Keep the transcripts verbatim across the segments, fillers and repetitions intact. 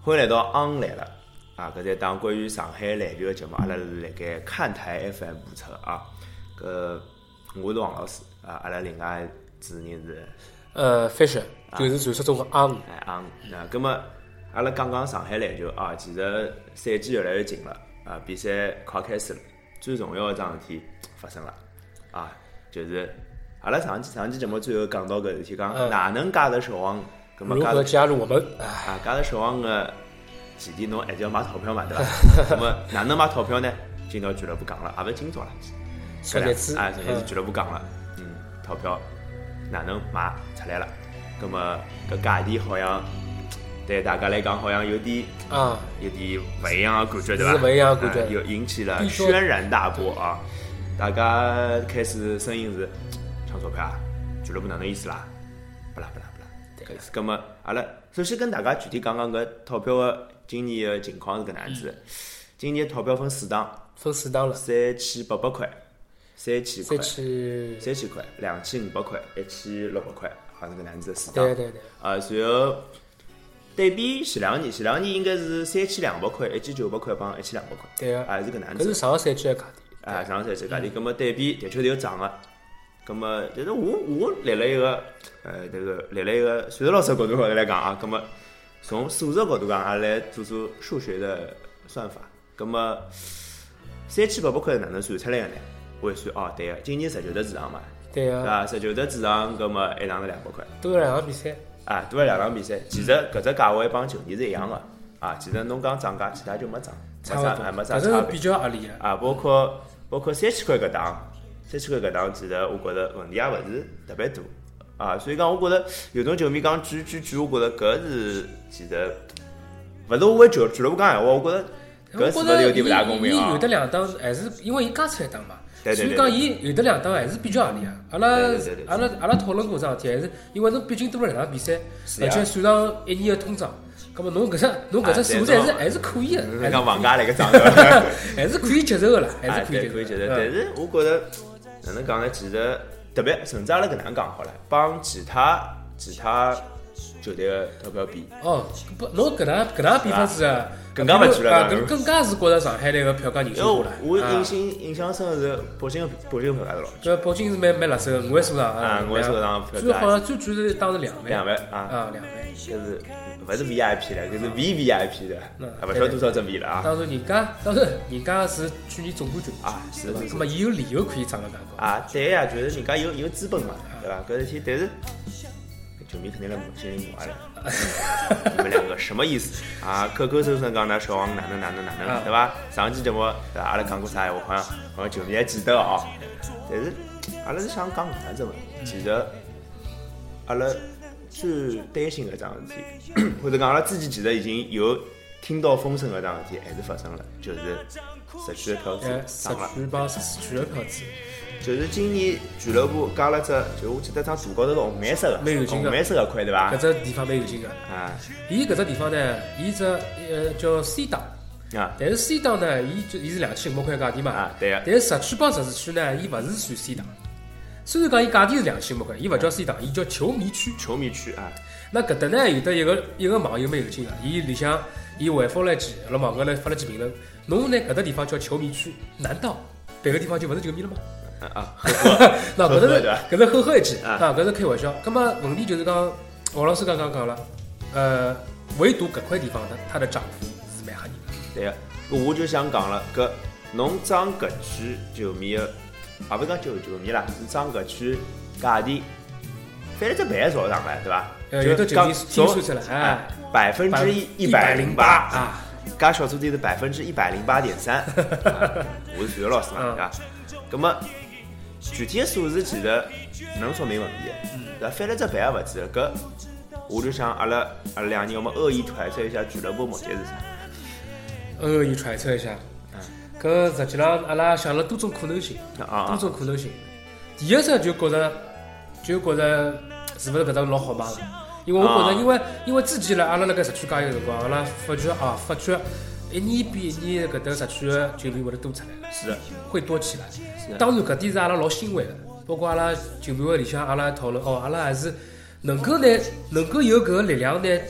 欢迎来到昂来了啊！搿在档关于上海篮球个节目，阿拉辣盖看台 F M 播出啊。搿我是王老师啊，阿拉另外主持人是呃 Fisher， 就是传说中的昂。 哎昂，那葛末阿拉讲讲上海篮球啊，其实赛季越来越近了啊，比赛快开始了。最重要的桩事体发生了啊，就是阿拉上期上期节目最后讲到搿事体，讲哪能加入小王。 如何加入我们啊？加入小王个前提，侬还是要买套票嘛，对伐？那么哪能买套票呢？今朝俱乐部讲了，也勿是今朝了， 上日子啊，上日子俱乐部讲了，嗯，套票哪能买出来了？那么搿价钿好像对大家来讲好像有点啊， 有点勿一样的感觉，对伐？ 是勿一样的感觉， 有引起了轩然大波啊！大家开始声音是抢钞票啊，俱乐部哪能意思啦？不啦不啦。咁么，阿拉首先跟大家具体讲讲搿套票个今年个情况是搿能样子的。今年套票分四档， 分四档了， 三千八百块，三千块， 三千三千块，两千五百块，一千六百块，好像搿能样子的四档。 对对对。 啊，然后对比前两年，前两年应该是三千两百块、一千九百块帮一千两百块。 对个。 啊，是搿能样子。 搿是上个赛季个价钿。 啊，上个赛季价钿，咁么对比的确是有涨个。咁么，但是我我立了一个，呃，这个立了一个数学老师的角度高头来讲啊，咁么从数学角度讲，阿拉来做做数学的算法。咁么三千八百块哪能算出来的呢？我一算，哦，对个，今年十九只主场嘛， 对个， 啊，十九只主场，咁么一场是两百块， 多了两场比赛， 啊，多了两场比赛。其实搿只价位帮旧年是一样的，啊，其实侬讲涨价，其他就没涨， 差勿多， 还没啥差别。 搿是比较合理的。 啊，包括包括三千块搿档。三千块搿档，其实我觉着问题也勿是特别大啊，所以讲我觉着有种球迷讲贵贵贵，我觉着搿是其实勿是我为俱俱乐部讲闲话，我觉着搿是勿是有点勿大公平啊？ 伊有的两档还是因为伊加出来档嘛， 对对对， 所以讲伊有的两档还是比较合理啊。阿拉阿拉阿拉讨论过桩事体，还是因为侬毕竟多了两场比赛，而且算上一年的通胀，葛末侬搿只侬搿只数字还是还是可以的， 还是讲房价来个涨的，还是可以接受的啦，还是可以可以接受。但是我觉着。哪能讲呢？其实特别，甚至阿拉搿能讲好了，帮其他其他球队个投票比。 哦，不，侬搿能搿能比方是更加勿贵了， 更更加是觉着上海那个票价人性化了。 我印象印象深是北京个北京个票价是老。搿北京是蛮蛮辣手个，五位数上啊，五位数上票价。 最好像最贵是当时两万。 两万啊啊，两万。 搿是勿是 V I P 了，搿是 V V I P 的，啊，勿晓得多少只 V 了啊。 当然人家当然人家是去年总冠军啊，是是。 那么伊有理由可以涨得介高。 啊，对呀，就是人家有有资本嘛，对伐？搿事体，但是球迷肯定来心里骂了，你们两个什么意思啊？口口声声讲那小王哪能哪能哪能，对伐？上期节目对伐？阿拉讲过啥闲话？好像好像球迷还记得哦。但是阿拉是想讲搿样子问题，其实阿拉最担心的桩事体，或者讲阿拉之前其实已经有听到风声的桩事体，还是发生了，就是社区的票子涨了， 社区帮社区的票子。 就是今年俱乐部加了只，就我记得张图高头是红颜色的，红颜色的块对伐？ 搿只地方蛮有劲个啊！ 伊搿只地方呢，伊只呃叫 C 档啊， 但是 C 档呢，伊就伊是两千五百块价钿嘛啊，对个。 但是社区帮社区呢，伊勿是算 C 档。虽然讲伊价钿是两千五百块，伊勿叫 C 档，伊叫球迷区。 球迷区啊。 那搿搭呢有得一个一个网友蛮有劲个，伊里向伊回复了几，阿拉网高头发了几评论。侬呢搿搭地方叫球迷区，难道别个地方就勿是球迷了吗？ 啊， 那搿是搿是呵呵一句啊， 搿是开玩笑。葛末问题就是讲，王老师刚刚讲了，呃，唯独搿块地方呢，它的涨幅是蛮吓人的。 对个，我就想讲了，搿侬涨搿区球迷个，也勿是讲球球迷啦，是涨搿区价钿翻了只倍少上来，对伐？ 呃，有的球迷听说出来，哎， 百分之一一百零八啊， 加小数点是百分之一百零八点三。我是数学老师嘛，对伐？葛末具体的数字其实能说明问题，对伐？翻了只倍也勿止。搿我就想阿拉阿拉两人，我们恶意揣测一下俱乐部目的是啥？ 恶意揣测一下，搿实际上阿拉想了多种可能性，多种可能性。第一只就觉着就觉着是勿是搿只老好买了？因为我觉着，因为因为之前辣阿拉辣盖社区加油个辰光，阿拉发觉啊，发觉一年比一年搿搭社区个球迷会得多出来， 是的， 会多起来。当然搿点是阿拉老欣慰的，包括阿拉球迷会里向阿拉讨论哦，阿拉还是能够呢，能够有搿个力量呢，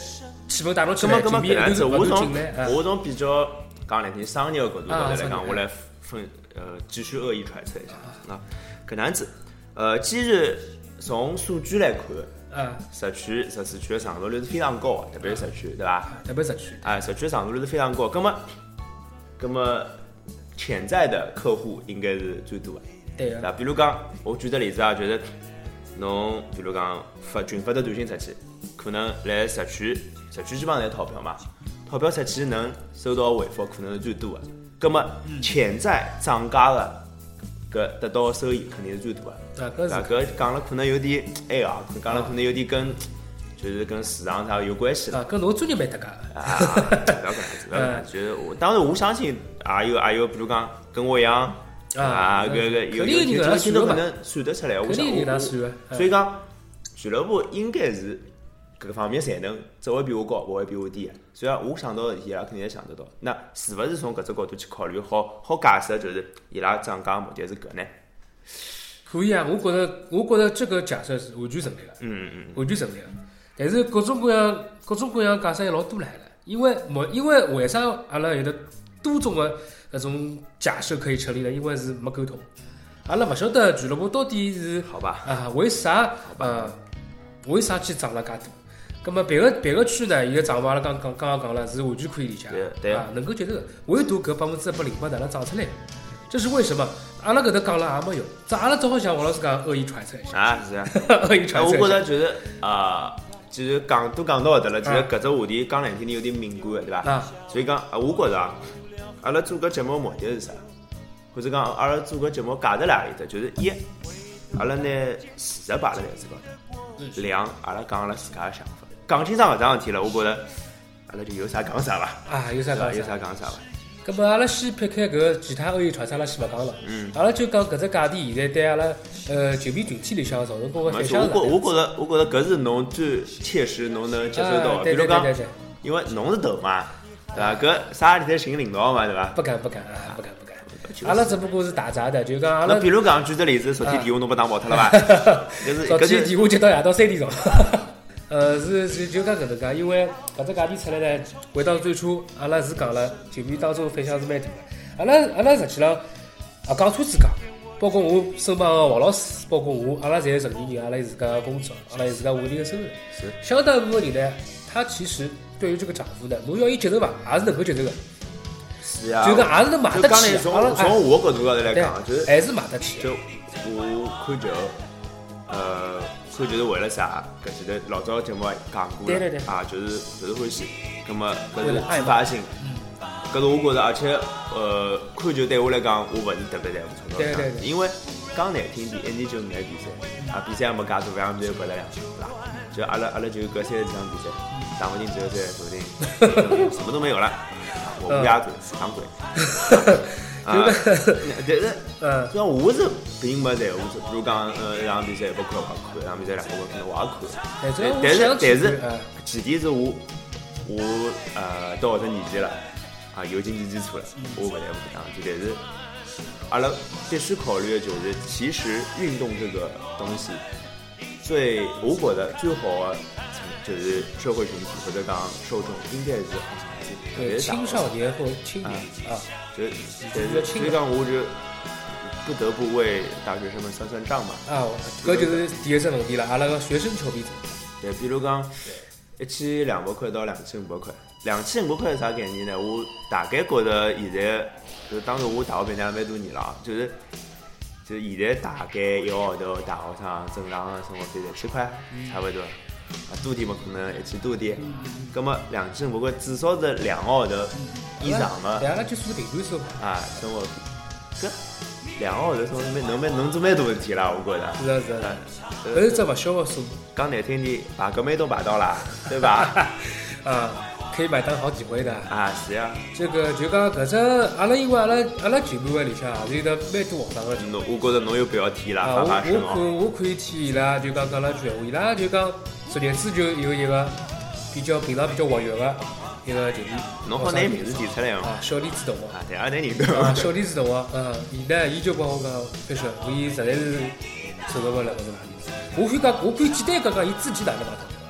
气氛带动起来，球迷一头我从进来。 我从比较讲难听商业的角度高头来讲，我来分呃继续恶意揣测一下啊，搿能样子，呃，既然从数据来看， 啊， 社区十四区的上座率是非常高的，特别是社区，对吧？ 特别社区， 啊，社区上座率是非常高，葛么，葛么潜在的客户应该是最多的。 对啊，比如讲，我举个例子啊，就是侬比如讲发群发的短信出去，可能来社区，社区基本上侪投票嘛，投票出去能收到回复可能是最多的。葛么潜在涨价的搿得到的收益肯定是最多的。 啊，搿是。 搿讲了可能有点哎啊，讲了可能有点跟就是跟市场啥有关系了。 啊，跟侬专业蛮搭界啊，不要搿样子，不要搿样子。就是我当然我相信也有也有，比如讲跟我一样。啊，搿个有有听众听众可能算得出来，我想我，所以讲俱乐部应该是各个方面才能只会比我高，不会比我低。所以讲我想到的，伊拉肯定也想得到。那是勿是从搿只角度去考虑，好好解释就是伊拉涨价的目的是搿呢？ 可以啊，我觉得我觉得这个假设是完全成立的， 嗯嗯， 完全成立的。但是各种各样各种各样假设也老多来了，因为没因为为啥阿拉有的多种的。搿种假设可以成立的，因为是没沟通。阿拉勿晓得俱乐部到底是好吧啊，为啥呃为啥去涨了介多？葛末别个别个区呢，伊个涨法阿拉刚刚刚刚讲了，是完全可以理解， 对对啊，能够接受的。唯独搿百分之一百零八哪能涨出来？这是为什么？阿拉搿搭讲了也没用，这阿拉只好像王老师讲恶意揣测一下啊，是啊， 恶意揣测。 我觉得就是啊。其实讲都讲到搿搭了，其实搿只话题讲难听点有点敏感的，对伐？ 啊， 所以讲啊，我觉着啊，阿拉做搿节目目的是啥？或者讲阿拉做搿节目价值辣里头，就是一，阿拉拿事实摆辣台子高头；两，阿拉讲阿拉自家的想法。讲清爽搿桩事体了，我觉着阿拉就有啥讲啥伐？ 啊，有啥讲啥， 有啥讲啥伐？ 咁么阿拉先撇开搿其他恶意揣测，阿拉先勿讲了。嗯，阿拉就讲搿只价钿现在对阿拉呃球迷群体里向造成过个反响。 我觉我觉着我觉着搿是侬最切实侬能接受到的。比如讲，因为侬是头嘛，对伐？搿啥里头寻领导嘛，对伐？ 不敢不敢啊，不敢不敢。阿拉只不过是打杂的，就讲阿拉。 那比如讲举个例子，昨天电话侬被打跑脱了伐？就是昨天电话接到夜到三点钟。呃，是是就讲搿能介，因为搿只价钿出来呢，回到最初，阿拉是讲了球迷当中反响是蛮大的。阿拉阿拉实际上啊，讲穿子讲，包括我身旁个王老师，包括我，阿拉侪是成年人，阿拉有自家个工作，阿拉有自家稳定个收入。 是。 相当部分人呢，他其实对于这个涨幅呢，侬要伊接受伐，也是能够接受个。 是啊。 就讲也是能买得起。 从从我角度高头来讲，就是还是买得起。 就我看球，呃。看就是为了啥？搿记得老早节目讲过了， 对对对啊，就是就是欢喜，葛么搿是自发性，搿是我觉着，而且呃，看球对我来讲，我勿是特别在乎冲对对对， 因为讲难听点，一年就五眼比赛，啊，比赛也没介多，反正就搿得两场，对伐？就阿拉阿拉就搿三十几场比赛，打不进季后赛，说不定什么都没有了，我乌鸦嘴，长鬼。啊，但是，呃，像我是并没在乎，比如讲，呃，一场比赛不看勿看，一场比赛两个我可能我也看，但是但是，前提是我我呃到搿只年纪了，啊，有经济基础了，我勿在乎搿桩事体，但是阿拉必须考虑的就是，其实运动这个东西，最我觉得最好的就是社会群体或者讲受众应该是孩子， 对青少年或青年啊。 所以，所以讲，我就不得不为大学生们算算账嘛。 啊，搿就是第一只问题了。阿拉个学生球迷， 对，比如讲，一千两百块到两千五百块，两千五百块是啥概念呢？我大概觉得现在，就当时我大学毕业蛮多年了啊，就是，就是现在大概一个号头大学生正常的生活费才七块，差不多。啊，多点嘛可能一千多点，葛么两千五百块至少是两个号头以上的。 两个就算平均收入啊，生活费，搿两个号头生活费能蛮能做蛮多事体啦，我觉着。 是啊是啊，搿是只勿小个数目。 讲难听点，排个妹都排到啦，对吧？ 啊，可以买单好几回的。 啊，是呀。 这个就讲搿只阿拉因为阿拉阿拉球迷会里向也是有得蛮多学生个。 侬我觉着侬有必要替伊拉发发声哦。我看我可以替伊拉就讲讲两句闲话，伊拉就讲。昨天子就有一个比较平常比较活跃的一个球迷， 侬好拿名字提出来哦。 啊，小李子同学。 啊，对，也能认得。 啊，小李子同学，嗯，伊呢，伊就帮我讲，飞雪，伊实在是受不了搿种事体。我可以讲，我可以简单讲讲，伊自己哪能买投票。嗯。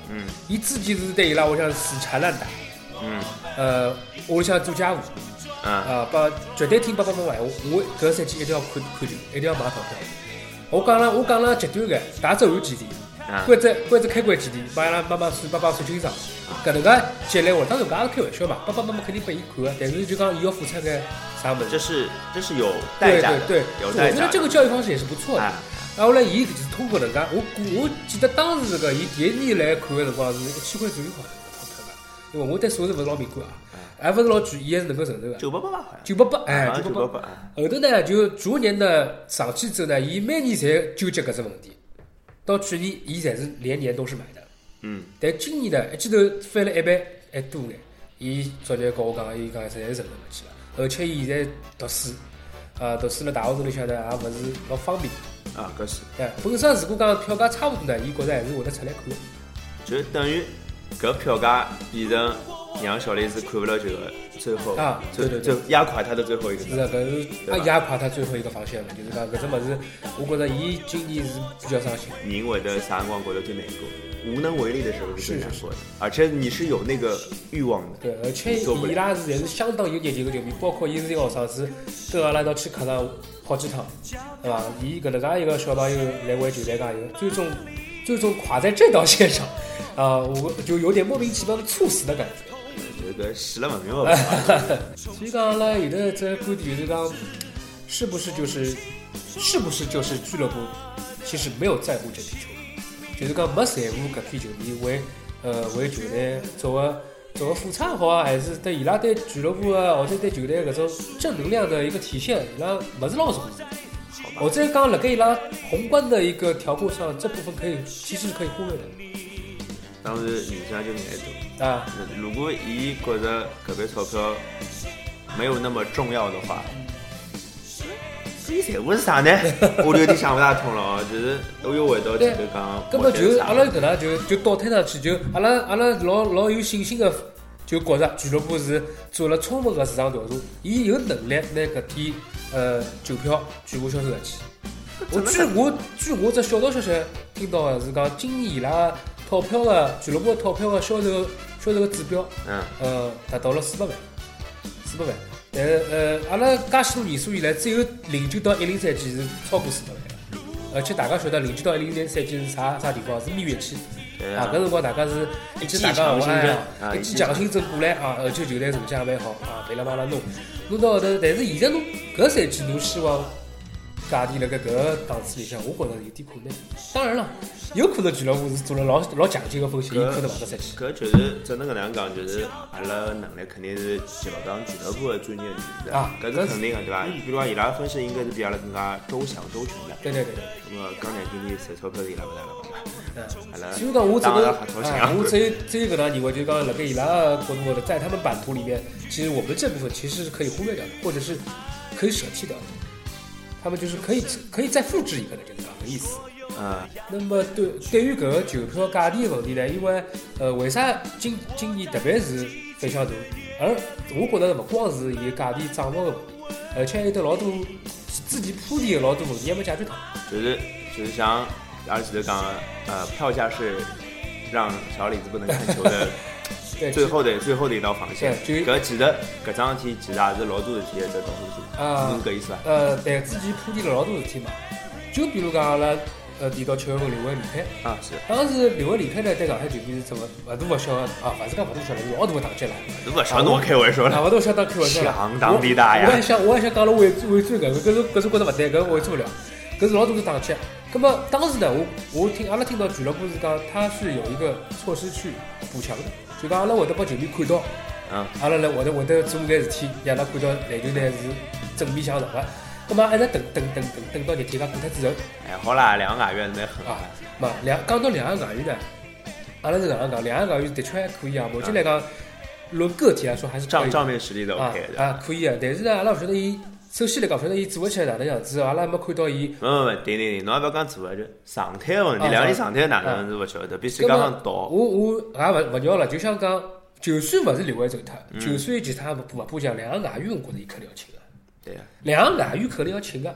伊自己是对伊拉屋里向死缠烂打。 嗯。 呃，屋里向做家务。 嗯。 啊，把绝对听爸爸妈妈闲话，我搿个赛季一定要看看球，一定要买钞票。我讲了，我讲了极端个，打走完几天。关只关只开关几天，把伊拉妈妈算爸爸算清爽，搿能介接来话，当然搿也是开玩笑嘛。爸爸妈妈肯定拨伊看个，但是就讲伊要付出个啥物事， 这是这是有代价的， 对对对， 有代价。 我觉得这个教育方式也是不错的。 啊， 然后呢，伊就是通过能介，我我记得当时个伊第一年来看个辰光是一千块左右好像钞票吧，因为我对数字勿是老敏感啊，还勿是老贵，伊还是能够承受个。 九百八吧， 九百八，哎， 九百八。 后头呢，就逐年的上去之后呢，伊每年侪纠结搿只问题。到去年，伊侪是连年都是买的， 嗯， 但今年呢，一记头翻了一倍还多眼。伊昨天跟我讲，伊讲实在是承受勿起了，而且伊现在读书，啊，读书辣大学城里向呢，也勿是老方便。 啊，搿是。 哎，本身如果讲票价差勿多呢，伊觉着还是会得出来看。 就等于搿票价变成让小李子看勿了球个最后啊，对对对，压垮他的最后一个。 是啊，搿是啊压垮他最后一个防线了，就是讲搿只物事，我觉着伊今年是比较伤心。 人会得啥辰光觉得最难过，无能为力的时候是最难过的，而且你是有那个欲望的。 对，而且伊拉是也是相当有热情的球迷，包括伊是一个学生子，跟阿拉一道去客场跑几趟，对伐？伊搿能介一个小朋友来为球队加油，最终最终垮在这道线上，啊，我就有点莫名其妙的猝死的感觉。 这个死了文明了。 所以讲呢，有的这观点就是讲，是不是就是是不是就是俱乐部其实没有在乎这批球迷，就是讲没在乎搿批球迷为呃为球队做个做个副产好，还是对伊拉对俱乐部啊或者对球队搿种正能量的一个体现，伊拉勿是老重视。或者讲辣盖伊拉宏观的一个条故上，这部分可以其实是可以忽略的。 当时人家就眼多啊， 如果伊觉着搿笔钞票没有那么重要的话，伊在乎是啥呢？我就有点想不大通了哦，就是我又回到前头讲， 根本就阿拉搿能就就倒推上去，就阿拉阿拉老老有信心的，就觉着俱乐部是做了充分的市场调查，伊有能力拿搿批呃球票全部销售下去。我据我据我只小道消息听到的是讲，今年伊拉套票的俱乐部套票的销售销售的指标， 嗯， 呃，达到了四百万，四百万。但是呃，阿拉介许多年数以来，只有零九到一零赛季是超过四百万的。而且大家晓得零九到一零年赛季是啥啥地方？是蜜月期。啊，搿辰光大家是一记大强心针，啊，一记强心针过来啊，而且球队成绩也蛮好啊，陪了帮拉弄，弄到后头。但是现在侬搿赛季侬希望价钿辣盖搿个档次里向，我觉着有点困难。当然了，有可能俱乐部是做了老老强劲个分析，有可能买到赛季。 搿就是只能搿能讲，就是阿拉能力肯定是及勿上俱乐部的专业能力啊， 搿是肯定的，对伐？比如讲伊拉分析应该是比阿拉更加周详周全的。 对对对对。 那么讲难听点，赚钞票是伊拉勿大了嘛？ 嗯，所以讲我这个， 啊， 我只有只有搿能认为，就讲辣盖伊拉角度的，在他们版图里面，其实我们这部分其实是可以忽略掉的，或者是可以舍弃掉的。他们就是可以可以再复制一个的，就是搿个意思。 啊、 嗯，那么对对于搿个球票价钿的问题呢，因为呃，为啥今今年特别是反响大？而我觉得勿光是伊价钿涨幅的问题，而且还有得老多之前铺垫的老多问题还没解决掉。 就是就是像阿拉前头讲，呃，票价是让小李子不能看球的最后的最后的一道防线。搿其实搿桩事体其实也是老多事体的导火线。啊，是搿意思伐？ 呃，对，之前铺垫了老多事体嘛，就比如讲阿拉。呃，提到七月份刘伟离开啊，是。 当时刘伟离开呢，对上海球迷是什么勿大勿小的啊，勿是讲勿大勿小了，是老大的打击了。 勿大勿小，侬开玩笑了。 啊，勿大勿小当开玩笑了。 相当的大呀！ 我还想，我还想讲了尾尾追搿个，搿是搿是觉着勿对，搿尾追不了，搿是老大的打击。那么当时呢，我我听阿拉听到俱乐部是讲，他是有一个措施去补强的，就讲阿拉会得把球迷看到， 嗯， 阿拉来会得会得做眼事体，让他看到篮球呢是正面向上的。咁嘛，一直等等等等等到热天介过脱之后， 哎，好啦，两个外援是蛮狠啊。嘛，两讲到两个外援呢，阿拉是搿样讲，两个外援的确还可以啊。目前来讲，论个体来说还是账账面实力都 OK 的啊，可以啊。但是呢，阿拉勿晓得伊，首先来讲，勿晓得伊做起来哪能样子，阿拉还没看到伊。 勿勿勿，对对对，侬也勿要讲做啊，就状态个问题，两个人状态哪能是勿晓得，必须刚刚到。 我我也勿勿绕了，就想讲，就算勿是刘伟走脱，就算其他勿勿补强，两个外援我觉着伊肯定要请个。 对呀， 两个外援肯定要请个，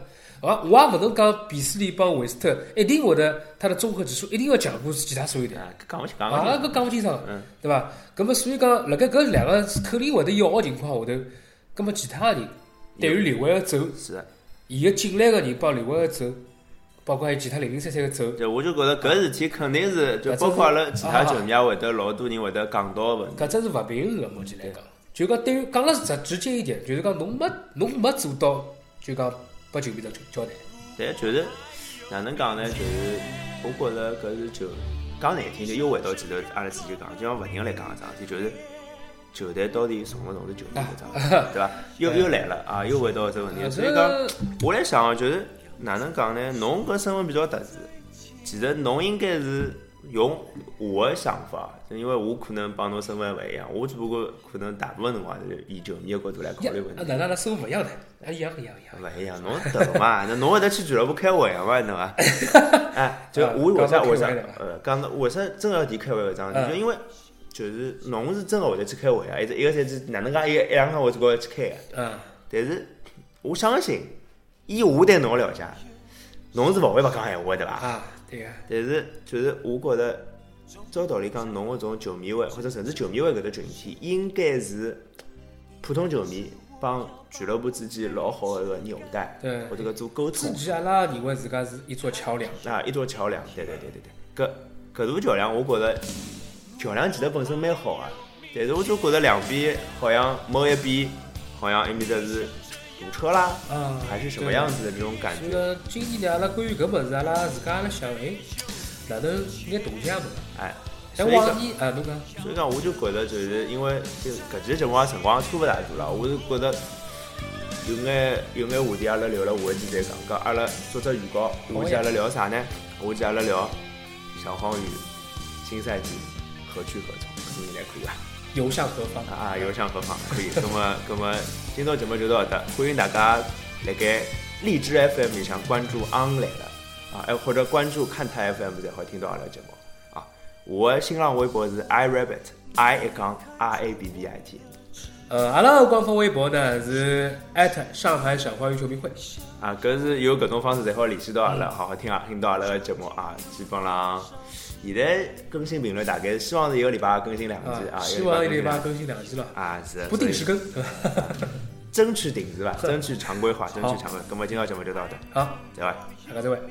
啊，我也勿能讲比斯利帮韦斯特一定会得他的综合指数一定要强过其他所有队。 啊，搿讲勿清，讲勿清。啊，搿讲勿清爽，嗯，对伐？葛末所以讲，辣盖搿两个口令会得要个情况下头，葛末其他人对于刘伟个走， 是， 伊个进来个人帮刘伟个走，包括还有其他零零散散个走， 对，我就觉着搿事体肯定是，就包括阿拉其他球迷也会得老多人会得讲到个问题。 搿只是勿平衡个，目前来讲，就讲对于讲了直直接一点，就是讲侬没侬没做到，就讲拨球迷的交代。 但就是哪能讲呢？就是我觉着搿是就讲难听，就又回到前头阿拉之前讲，就像勿停来讲个桩事体，就是球队到底重勿重视球迷搿桩事体，对伐？又又来了啊，又回到这个问题。所以讲，我来想就是哪能讲呢？侬搿身份比较特殊，其实侬应该是用我的想法，因为我可能帮侬身份勿一样，我只不过可能大部分辰光是以球迷的角度来考虑问题。 啊，哪能拉身份勿一样的？啊，一样一样一样。 勿一样，侬懂嘛？那侬会得去俱乐部开会个嘛，对伐？哎，就我为啥为啥呃，讲到为啥真个要提开会搿桩事体？就因为就是侬是真个会得去开会啊，一直一个赛季哪能介一一两趟会子高头去开个？ 嗯。 但是我相信，以我对侬个了解，侬是勿会勿讲闲话对伐？ 啊，对个。 但是就是我觉着，照道理讲，侬搿种球迷会或者甚至球迷会搿个群体，应该是普通球迷帮俱乐部之间老好的一个纽带， 对， 或者搿做沟通。 之前阿拉认为自家是一座桥梁啊，一座桥梁，对对对对对。搿搿座桥梁，我觉着桥梁其实本身蛮好啊，但是我就觉着两边好像某一边好像埃面搭是堵车啦， 啊， 还是什么样子的这种感觉。 所以讲，今年呢，阿拉关于搿物事，阿拉自家阿拉想，哎，哪能应该动向嘛？ 哎。 但往年啊，侬讲， 所以讲，我就觉得就是因为就搿期节目辰光差勿大多了，我是觉得有眼有眼话题阿拉留了下一期再讲。搿阿拉做只预告，下期阿拉聊啥呢？下期阿拉聊小黄鱼新赛季何去何从，搿应该可以吧？ 游向何方啊？游向何方可以。那么，那么今朝节目就到搿搭，欢迎大家辣盖荔枝 F M 里向关注 On 来了啊，哎或者关注看台 F M 才会听到阿拉节目。我的新浪微博是 iRabbit，I 一杠 R A B B I T。 呃，阿拉的官方微博呢是 at 上海小花鱼球迷会。 啊，搿是有搿种方式才好联系到阿拉，好好听啊，听到阿拉个节目啊。基本上现在更新频率大概希望是一个礼拜更新两集啊， 希望一个礼拜更新两集了啊，是不定时更， 争取定时吧，争取常规化，争取常规。那么今朝节目就到这， 好， 再会， 大家再会。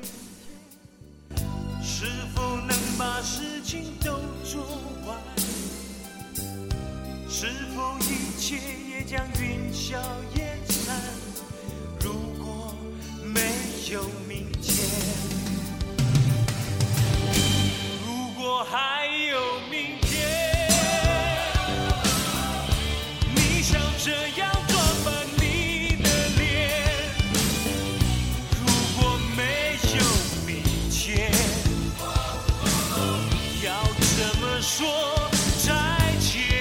是否能把事情都做完？是否一切也将云消烟散？如果没有明天，如果还有明天，你想这样装扮你的脸？如果没有明天，要怎么说再见？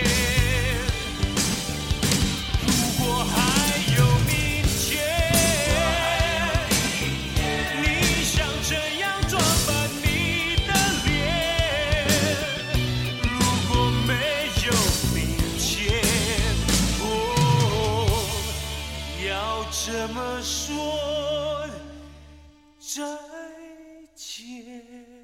如果还有明天，你想这样装扮你的脸？如果没有明天，哦，要怎么说再见？